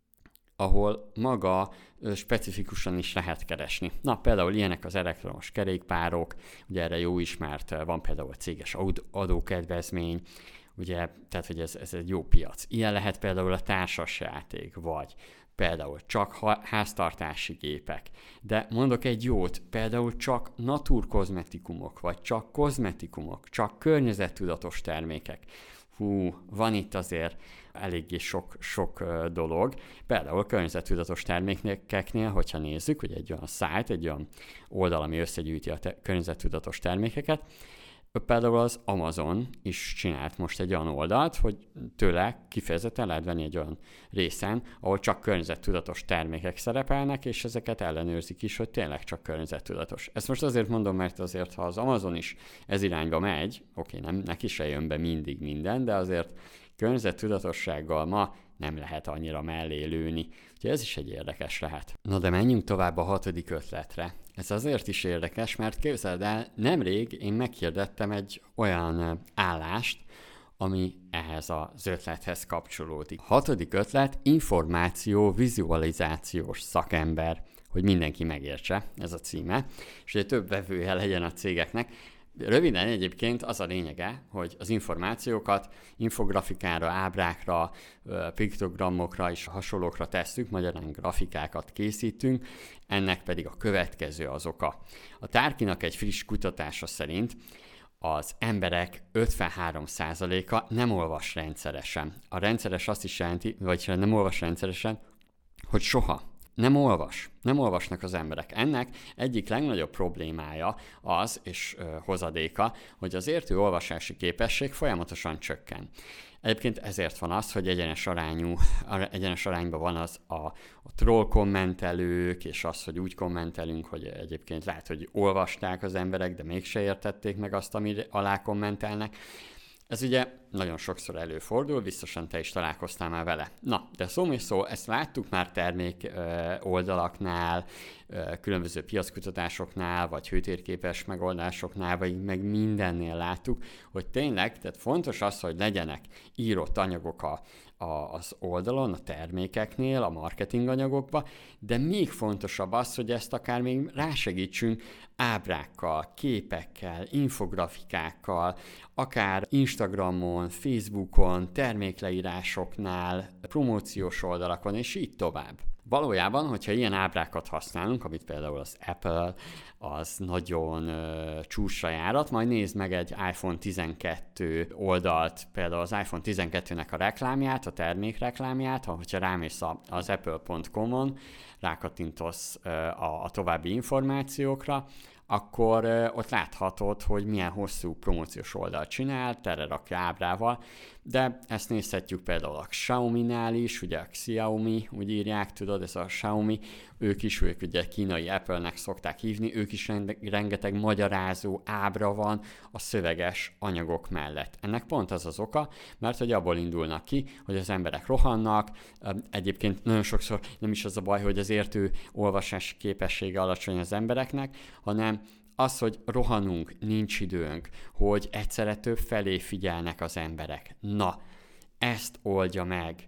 ahol maga specifikusan is lehet keresni. Na, például ilyenek az elektromos kerékpárok, ugye erre jó ismert, van például a céges adókedvezmény, ugye, tehát hogy ez, ez egy jó piac. Ilyen lehet például a társasjáték, vagy például csak háztartási gépek. De mondok egy jót, például csak naturkozmetikumok, vagy csak kozmetikumok, csak környezettudatos termékek. Hú, van itt azért eléggé sok, sok dolog. Például környezettudatos termékeknél, hogyha nézzük, hogy egy olyan szájt, egy olyan oldal, ami összegyűjti a te- környezettudatos termékeket, például az Amazon is csinált most egy olyan oldalt, hogy tőle kifejezetten lehet venni egy olyan részen, ahol csak környezettudatos termékek szerepelnek, és ezeket ellenőrzik is, hogy tényleg csak környezettudatos. Ezt most azért mondom, mert azért, ha az Amazon is ez irányba megy, oké, nem, neki se jön be mindig minden, de azért környezettudatossággal ma nem lehet annyira mellé lőni. Úgyhogy ez is egy érdekes lehet. Na de menjünk tovább a hatodik ötletre. Ez azért is érdekes, mert képzeld el, nemrég én meghirdettem egy olyan állást, ami ehhez az ötlethez kapcsolódik. A hatodik ötlet információ vizualizációs szakember, hogy mindenki megértse, ez a címe, és hogy több vevője legyen a cégeknek. Röviden egyébként az a lényege, hogy az információkat infografikára, ábrákra, piktogramokra és hasonlókra tesszük, magyarán grafikákat készítünk, ennek pedig a következő az oka. A Tárkinak egy friss kutatása szerint az emberek ötvenhárom százaléka nem olvas rendszeresen. A rendszeres azt is jelenti, vagy nem olvas rendszeresen, hogy soha. Nem olvas, nem olvasnak az emberek. Ennek egyik legnagyobb problémája az, és ö, hozadéka, hogy az értő olvasási képesség folyamatosan csökken. Egyébként ezért van az, hogy egyenes arányú, egyenes arányban van az a, a troll kommentelők, és az, hogy úgy kommentelünk, hogy egyébként lehet, hogy olvasták az emberek, de mégse értették meg azt, ami alá kommentelnek. Ez ugye nagyon sokszor előfordul, biztosan te is találkoztál már vele. Na, de szó és szó, ezt láttuk már termék oldalaknál, különböző piackutatásoknál, vagy hőtérképes megoldásoknál, vagy meg mindennél láttuk, hogy tényleg, tehát fontos az, hogy legyenek írott anyagok a, a, az oldalon, a termékeknél, a marketing anyagokba, de még fontosabb az, hogy ezt akár még rásegítsünk ábrákkal, képekkel, infografikákkal, akár Instagramon, Facebookon, termékleírásoknál, promóciós oldalakon, és így tovább. Valójában, hogyha ilyen ábrákat használunk, amit például az Apple, az nagyon uh, csúcsra járat, majd nézd meg egy iPhone tizenkettő oldalt, például az iPhone tizenkettőnek a reklámját, a termék reklámját, ha hogyha rámész az apple pont com-on, rákattintasz uh, a, a további információkra, akkor uh, ott láthatod, hogy milyen hosszú promóciós oldalt csinál, telerakja ábrával, de ezt nézhetjük például a Xiaomi-nál is, ugye a Xiaomi, úgy írják, tudod, ez a Xiaomi, ők is, ők ugye kínai Apple-nek szokták hívni, ők is rengeteg magyarázó ábra van a szöveges anyagok mellett. Ennek pont az az oka, mert hogy abból indulnak ki, hogy az emberek rohannak, egyébként nagyon sokszor nem is az a baj, hogy az értő olvasási képessége alacsony az embereknek, hanem az, hogy rohanunk, nincs időnk, hogy egyszerre több felé figyelnek az emberek. Na, ezt oldja meg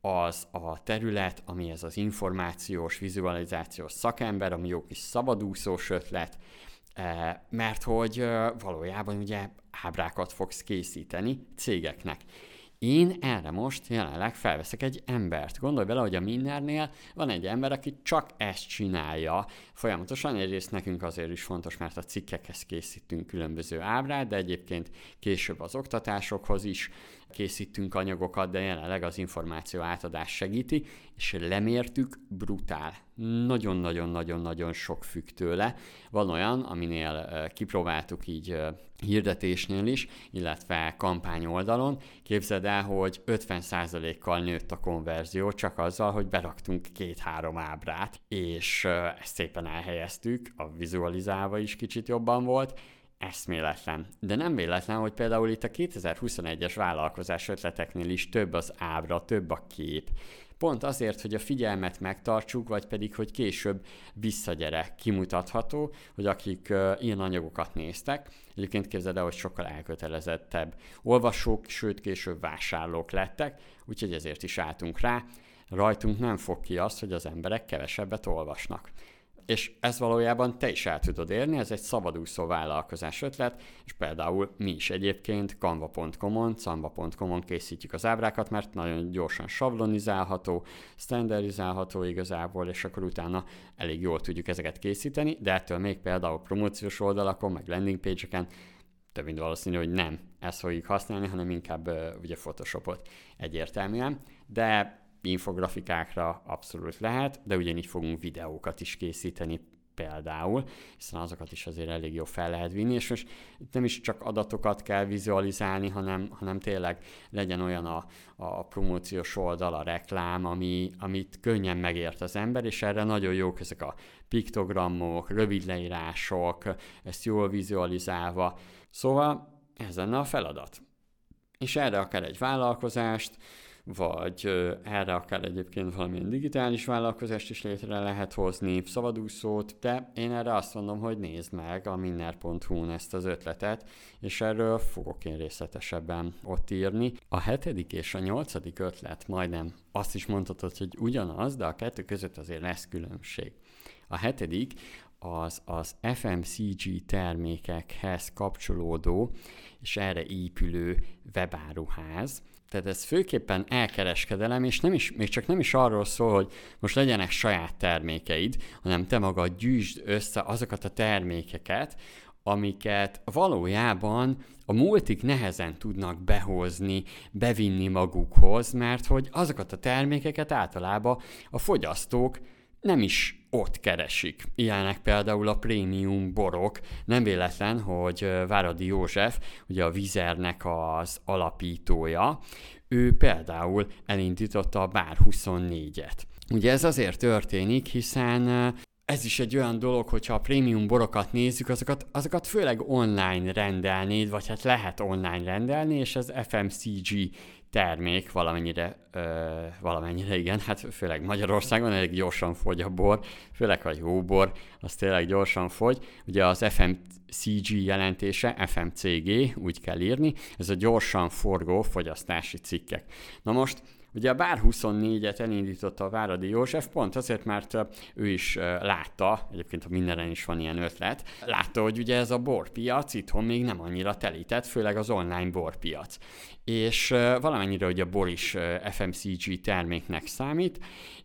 az a terület, ami ez az információs, vizualizációs szakember, ami jó kis szabadúszós ötlet, mert hogy valójában ugye ábrákat fogsz készíteni cégeknek. Én erre most jelenleg felveszek egy embert. Gondolj bele, hogy a Minnernél van egy ember, aki csak ezt csinálja folyamatosan. Egyrészt nekünk azért is fontos, mert a cikkekhez készítünk különböző ábrát, de egyébként később az oktatásokhoz is készítünk anyagokat, de jelenleg az információ átadás segíti, és lemértük, brutál. Nagyon-nagyon-nagyon-nagyon sok függ tőle. Van olyan, aminél kipróbáltuk így hirdetésnél is, illetve kampány oldalon. Képzeld el, hogy ötven százalékkal nőtt a konverzió csak azzal, hogy beraktunk két-három ábrát, és ezt szépen elhelyeztük, a vizualizálva is kicsit jobban volt, eszméletlen. De nem véletlen, hogy például itt a kétezer-huszonegyes vállalkozás ötleteknél is több az ábra, több a kép. Pont azért, hogy a figyelmet megtartsuk, vagy pedig, hogy később visszagyere, kimutatható, hogy akik uh, ilyen anyagokat néztek, egyébként képzeld el, hogy sokkal elkötelezettebb olvasók, sőt később vásárlók lettek, úgyhogy ezért is álltunk rá. Rajtunk nem fog ki azt, hogy az emberek kevesebbet olvasnak. És ez valójában te is el tudod érni, ez egy szabadúszó vállalkozás ötlet, és például mi is egyébként canva pont com-on, canva pont com-on készítjük az ábrákat, mert nagyon gyorsan sablonizálható, standardizálható igazából, és akkor utána elég jól tudjuk ezeket készíteni, de ettől még például promóciós oldalakon, meg landing page-eken több mint valószínű, hogy nem ezt fogjuk használni, hanem inkább uh, ugye Photoshopot egyértelműen, de infografikákra abszolút lehet, de ugyanígy fogunk videókat is készíteni például, hiszen azokat is azért elég jó fel lehet vinni, és most nem is csak adatokat kell vizualizálni, hanem, hanem tényleg legyen olyan a, a promóciós oldal, a reklám, ami, amit könnyen megért az ember, és erre nagyon jók ezek a piktogramok, rövid leírások, ezt jól vizualizálva. Szóval ez lenne a feladat. És erre akár egy vállalkozást, vagy erre akár egyébként valamilyen digitális vállalkozást is létre lehet hozni, szabadúszót, de én erre azt mondom, hogy nézd meg a minner pont hu-n ezt az ötletet, és erről fogok én részletesebben ott írni. A hetedik és a nyolcadik ötlet majdnem azt is mondhatod, hogy ugyanaz, de a kettő között azért lesz különbség. A hetedik az az ef em cé gé termékekhez kapcsolódó és erre épülő webáruház. Tehát ez főképpen elkereskedelem, és nem is, még csak nem is arról szól, hogy most legyenek saját termékeid, hanem te magad gyűjtsd össze azokat a termékeket, amiket valójában a multik nehezen tudnak behozni, bevinni magukhoz, mert hogy azokat a termékeket általában a fogyasztók nem is ott keresik. Ilyenek például a prémium borok. Nem véletlen, hogy Váradi József, ugye a Vizernek az alapítója, ő például elindította a Bár huszonnégyet. Ugye ez azért történik, hiszen ez is egy olyan dolog, hogyha a prémium borokat nézzük, azokat, azokat főleg online rendelnéd, vagy hát lehet online rendelni, és ez ef em cé gé termék valamennyire, ö, valamennyire igen, hát főleg Magyarországon elég gyorsan fogy a bor, főleg ha jó bor, az tényleg gyorsan fogy. Ugye az ef em cé gé jelentése, ef em cé gé, úgy kell írni, ez a gyorsan forgó fogyasztási cikkek. Na most, ugye a Bár huszonnégyet elindította a Váradi József, pont azért, mert ő is látta, egyébként a Minneren is van ilyen ötlet, látta, hogy ugye ez a borpiac itthon még nem annyira telített, főleg az online borpiac. És valamennyire ugye a bor is ef em cé gé terméknek számít,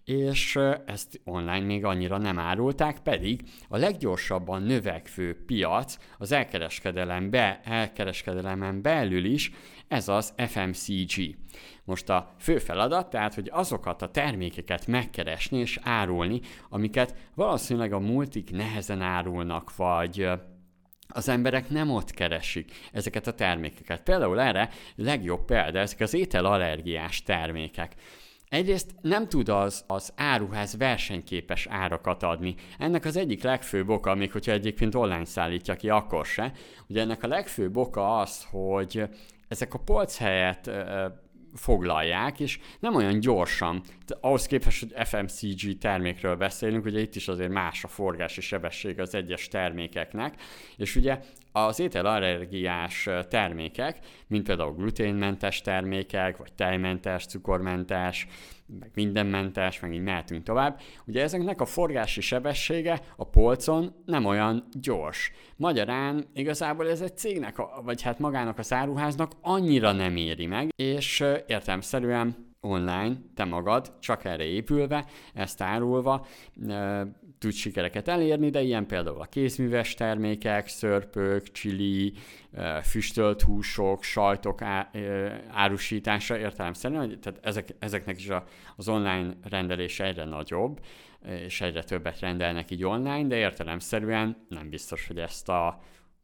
és ezt online még annyira nem árulták, pedig a leggyorsabban növekvő piac az elkereskedelem be, elkereskedelemen belül is, ez az ef em cé gé. Most a fő feladat, tehát, hogy azokat a termékeket megkeresni és árulni, amiket valószínűleg a multik nehezen árulnak, vagy az emberek nem ott keresik ezeket a termékeket. Például erre legjobb példa, ezek az ételallergiás termékek. Egyrészt nem tud az, az áruház versenyképes árakat adni. Ennek az egyik legfőbb oka, még hogyha egyébként online szállítja ki, akkor se. Ugye ennek a legfőbb oka az, hogy ezek a polchelyet ö, foglalják, és nem olyan gyorsan. De ahhoz képest, hogy ef em cé gé termékről beszélünk, ugye itt is azért más a forgási sebesség az egyes termékeknek, és ugye az ételallergiás termékek, mint például gluténmentes termékek, vagy tejmentes, cukormentes, meg mindenmentes, meg így mehetünk tovább. Ugye ezeknek a forgási sebessége a polcon nem olyan gyors. Magyarán igazából ez egy cégnek, vagy hát magának az áruháznak annyira nem éri meg, és értelemszerűen online, te magad, csak erre épülve, ezt árulva, e, tudsz sikereket elérni, de ilyen például a kézműves termékek, szörpök, chili, e, füstölt húsok, sajtok á, e, árusítása értelemszerűen, tehát ezek, ezeknek is a, az online rendelése egyre nagyobb, és egyre többet rendelnek így online, de értelemszerűen nem biztos, hogy ezt a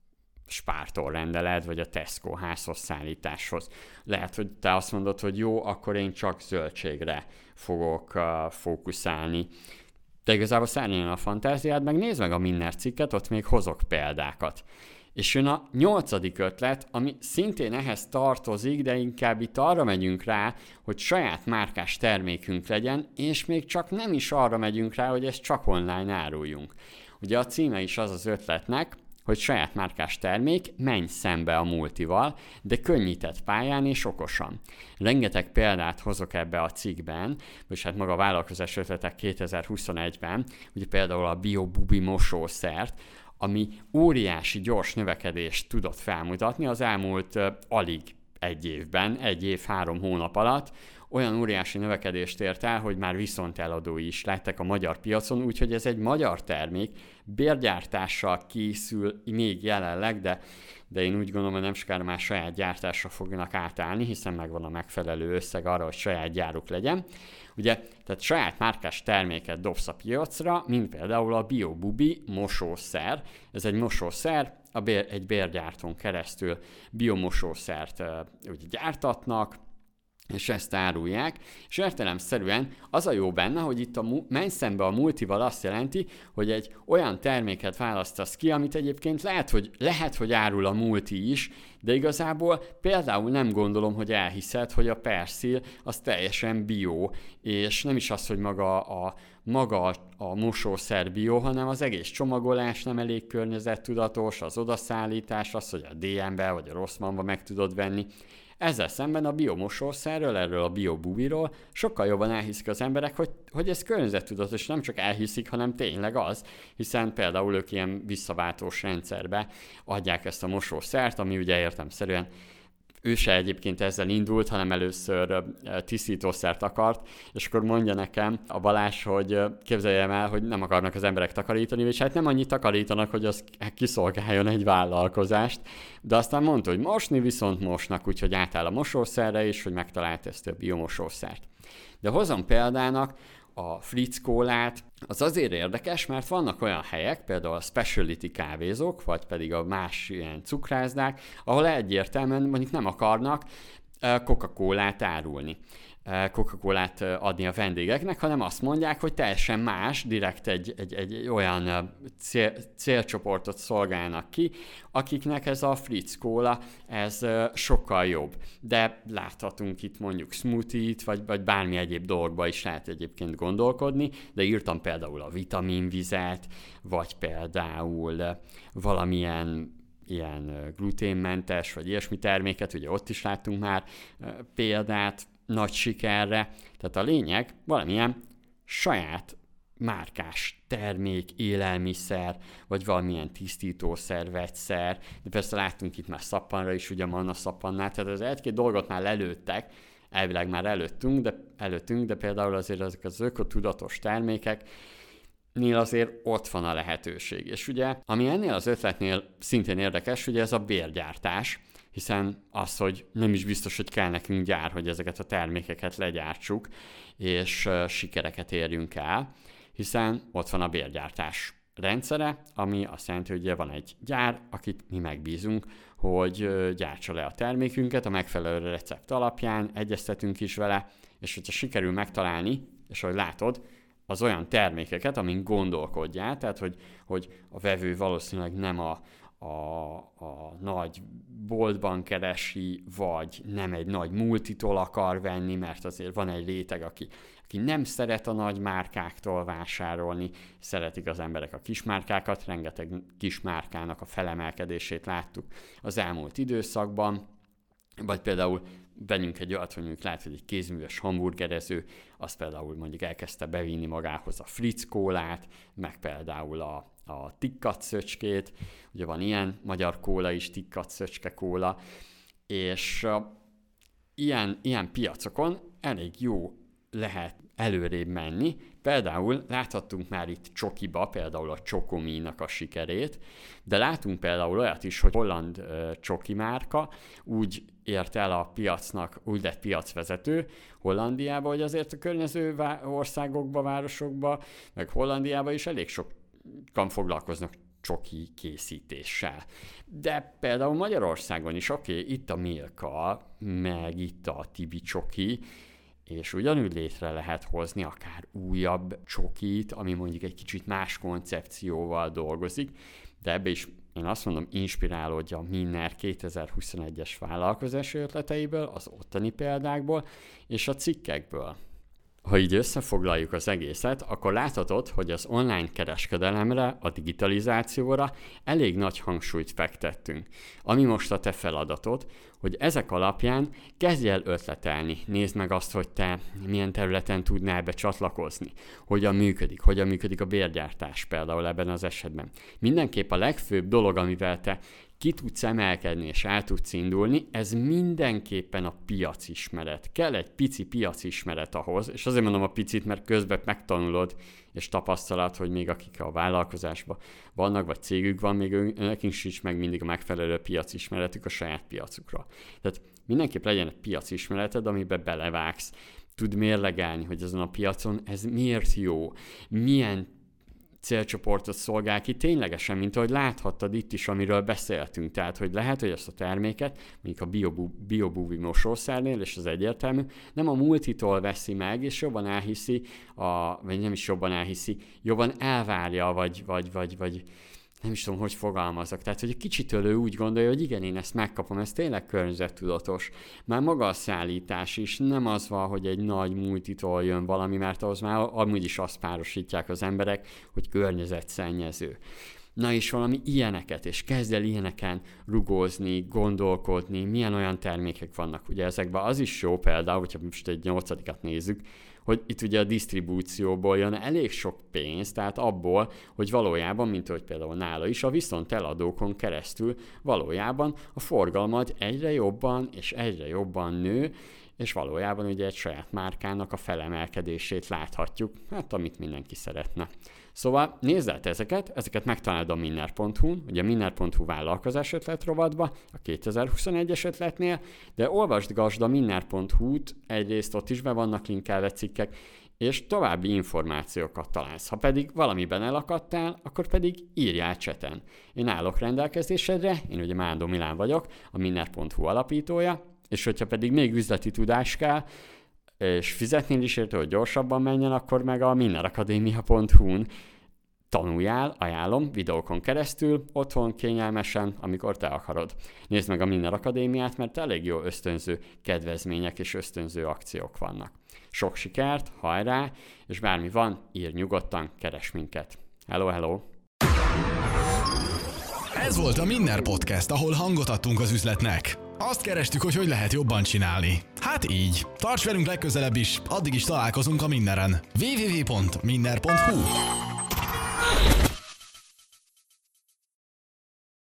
Spártól rendeled, vagy a Tesco házhoz szállításhoz. Lehet, hogy te azt mondod, hogy jó, akkor én csak zöldségre fogok uh, fókuszálni. De igazából szálljon a fantáziád, meg nézd meg a Minner cikket, ott még hozok példákat. És jön a nyolcadik ötlet, ami szintén ehhez tartozik, de inkább itt arra megyünk rá, hogy saját márkás termékünk legyen, és még csak nem is arra megyünk rá, hogy ezt csak online áruljunk. Ugye a címe is az az ötletnek, hogy saját márkás termék, menj szembe a multival, de könnyített pályán és okosan. Rengeteg példát hozok ebbe a cikkben, és hát maga a vállalkozás ötletek kétezer-huszonegyben, ugye például a BioBubi mosószert, ami óriási gyors növekedést tudott felmutatni az elmúlt uh, alig egy évben, egy év, három hónap alatt, olyan óriási növekedést ért el, hogy már viszonteladói is lettek a magyar piacon, úgyhogy ez egy magyar termék, bérgyártással készül még jelenleg, de, de én úgy gondolom, hogy nem sokára már saját gyártásra fognak átállni, hiszen megvan a megfelelő összeg arra, hogy saját gyáruk legyen. Ugye, tehát saját márkás terméket dobsz a piacra, mint például a BioBubi mosószer. Ez egy mosószer, a bér, egy bérgyártón keresztül biomosószert uh, ugye gyártatnak, és ezt árulják, és értelemszerűen az a jó benne, hogy itt a mu- menj szembe a multival azt jelenti, hogy egy olyan terméket választasz ki, amit egyébként lehet, hogy, lehet, hogy árul a multi is, de igazából például nem gondolom, hogy elhiszed, hogy a Persil az teljesen bio, és nem is az, hogy maga a, maga a mosószer bio, hanem az egész csomagolás nem elég környezettudatos, az odaszállítás, az, hogy a dé em-be vagy a Rossmannba meg tudod venni. Ezzel szemben a biomosószerről, erről a BioBubiról sokkal jobban elhiszik az emberek, hogy, hogy ez környezettudatos, nem csak elhiszik, hanem tényleg az, hiszen például ők ilyen visszaváltós rendszerbe adják ezt a mosószert, ami ugye értelemszerűen ő se egyébként ezzel indult, hanem először tisztítószert akart, és akkor mondja nekem a Balázs, hogy képzeljem el, hogy nem akarnak az emberek takarítani, és hát nem annyit takarítanak, hogy az kiszolgáljon egy vállalkozást, de aztán mondta, hogy mosni viszont mosnak, úgyhogy átáll a mosószerre is, hogy megtalált ezt a biomosószert. De hozom példának a Fritz kólát, az azért érdekes, mert vannak olyan helyek, például a specialty kávézók, vagy pedig a más ilyen cukrászdák, ahol egyértelműen mondjuk nem akarnak Coca-Colát árulni, Coca-Colát adni a vendégeknek, hanem azt mondják, hogy teljesen más, direkt egy, egy, egy olyan cél, célcsoportot szolgálnak ki, akiknek ez a Fritz kóla, ez sokkal jobb. De láthatunk itt mondjuk smoothie-t, vagy, vagy bármi egyéb dolgokba is lehet egyébként gondolkodni, de írtam például a vitaminvizet, vagy például valamilyen ilyen gluténmentes, vagy ilyesmi terméket, ugye ott is láttunk már példát, nagy sikerre. Tehát a lényeg valamilyen saját márkás termék, élelmiszer, vagy valamilyen tisztítószer, vegyszer, de persze láttunk itt már szappanra is, ugye manna szappannál, tehát az egy-két dolgot már lelőttek, elvileg már előttünk, de, előttünk, de például azért ezek az ökotudatos termékek, nél azért ott van a lehetőség. És ugye, ami ennél az ötletnél szintén érdekes, ugye ez a bérgyártás, hiszen az, hogy nem is biztos, hogy kell nekünk gyár, hogy ezeket a termékeket legyártsuk, és uh, sikereket érjünk el, hiszen ott van a bérgyártás rendszere, ami azt jelenti, hogy ugye van egy gyár, akit mi megbízunk, hogy uh, gyártsa le a termékünket a megfelelő recept alapján, egyeztetünk is vele, és hogyha sikerül megtalálni, és ahogy látod, az olyan termékeket, amin gondolkodjál, tehát hogy, hogy a vevő valószínűleg nem a, a, a nagy boltban keresi, vagy nem egy nagy multitól akar venni, mert azért van egy réteg, aki, aki nem szeret a nagy márkáktól vásárolni, szeretik az emberek a kismárkákat, rengeteg kismárkának a felemelkedését láttuk az elmúlt időszakban, vagy például vegyünk egy olyat, hogy mondjuk lát, hogy egy kézműves hamburgerező, az például mondjuk elkezdte bevinni magához a Fritz kólát, meg például a, a tikkat szöcskét, ugye van ilyen magyar kóla is, tikkat szöcske kóla, és uh, ilyen, ilyen piacokon elég jó lehet előrébb menni. Például láthattunk már itt csokiba, például a Csokominak a sikerét, de látunk például olyat is, hogy holland uh, csoki márka úgy ért el a piacnak, úgy lett piacvezető Hollandiába, hogy azért a környező vá- országokba, városokba, meg Hollandiába is elég sokan foglalkoznak csoki készítéssel. De például Magyarországon is, oké, okay, itt a Milka, meg itt a Tibi csoki, és ugyanúgy létre lehet hozni akár újabb csokit, ami mondjuk egy kicsit más koncepcióval dolgozik, de ebbe is én azt mondom, inspirálódja a Minner kétezer-huszonegyes vállalkozási ötleteiből, az ottani példákból és a cikkekből. Ha így összefoglaljuk az egészet, akkor láthatod, hogy az online kereskedelemre, a digitalizációra elég nagy hangsúlyt fektettünk. Ami most a te feladatod, hogy ezek alapján kezdj el ötletelni, nézd meg azt, hogy te milyen területen tudnál be csatlakozni, hogyan működik, hogyan működik a bérgyártás például ebben az esetben. Mindenképp a legfőbb dolog, amivel te ki tudsz emelkedni és el tudsz indulni, ez mindenképpen a piacismeret. Kell egy pici piacismeret ahhoz, és azért mondom a picit, mert közben megtanulod és tapasztalat, hogy még akik a vállalkozásban vannak, vagy cégük van, még nekünk sincs meg mindig a megfelelő piacismeretük a saját piacukra. Tehát mindenképp legyen egy piacismereted, amiben belevágsz, tud mérlegelni, hogy azon a piacon ez miért jó, milyen célcsoportot szolgál ki ténylegesen, mint ahogy láthattad itt is, amiről beszéltünk. Tehát, hogy lehet, hogy ezt a terméket, mondjuk a BioBuvi mosószernél, és az egyértelmű, nem a multitól veszi meg, és jobban elhiszi, a, vagy nem is jobban elhiszi, jobban elvárja, vagy, vagy, vagy, vagy nem is tudom, hogy fogalmazok. Tehát, hogy egy kicsitől ő úgy gondolja, hogy igen, én ezt megkapom, ez tényleg környezettudatos. Már maga a szállítás is nem az van, hogy egy nagy multitól jön valami, mert ahhoz már amúgy is azt párosítják az emberek, hogy környezetszennyező. Na és valami ilyeneket, és kezd el ilyeneken rugózni, gondolkodni, milyen olyan termékek vannak. Ugye ezekben az is jó például, hogyha most egy nyolcadikat nézzük, hogy itt ugye a disztribúcióból jön elég sok pénz, tehát abból, hogy valójában, mint hogy például nála is, a viszont eladókon keresztül valójában a forgalmad egyre jobban és egyre jobban nő, és valójában ugye egy saját márkának a felemelkedését láthatjuk, hát amit mindenki szeretne. Szóval nézd át ezeket, ezeket megtalálod a minner pont hu-n, ugye a minner pont hu vállalkozás ötlet rovatba, a kétezer-huszonegyes ötletnél, de olvasgasd a minner pont hu-t, egyrészt ott is be vannak linkelve cikkek, és további információkat találsz. Ha pedig valamiben elakadtál, akkor pedig írjál cseten. Én állok rendelkezésedre, én ugye Mándor Milán vagyok, a minner pont hu alapítója, és hogyha pedig még üzleti tudás kell, és fizetnél is érte, hogy gyorsabban menjen, akkor meg a minnerakadémia pont hu-n tanuljál, ajánlom, videókon keresztül, otthon, kényelmesen, amikor te akarod. Nézd meg a Minner Akadémiát, mert elég jó ösztönző kedvezmények és ösztönző akciók vannak. Sok sikert, hajrá, és bármi van, írj nyugodtan, keres minket. Hello, hello! Ez volt a Minner Podcast, ahol hangot adtunk az üzletnek. Azt kerestük, hogy hogy lehet jobban csinálni. Hát így. Tarts velünk legközelebb is, addig is találkozunk a Minneren. double-u double-u double-u pont minner pont hu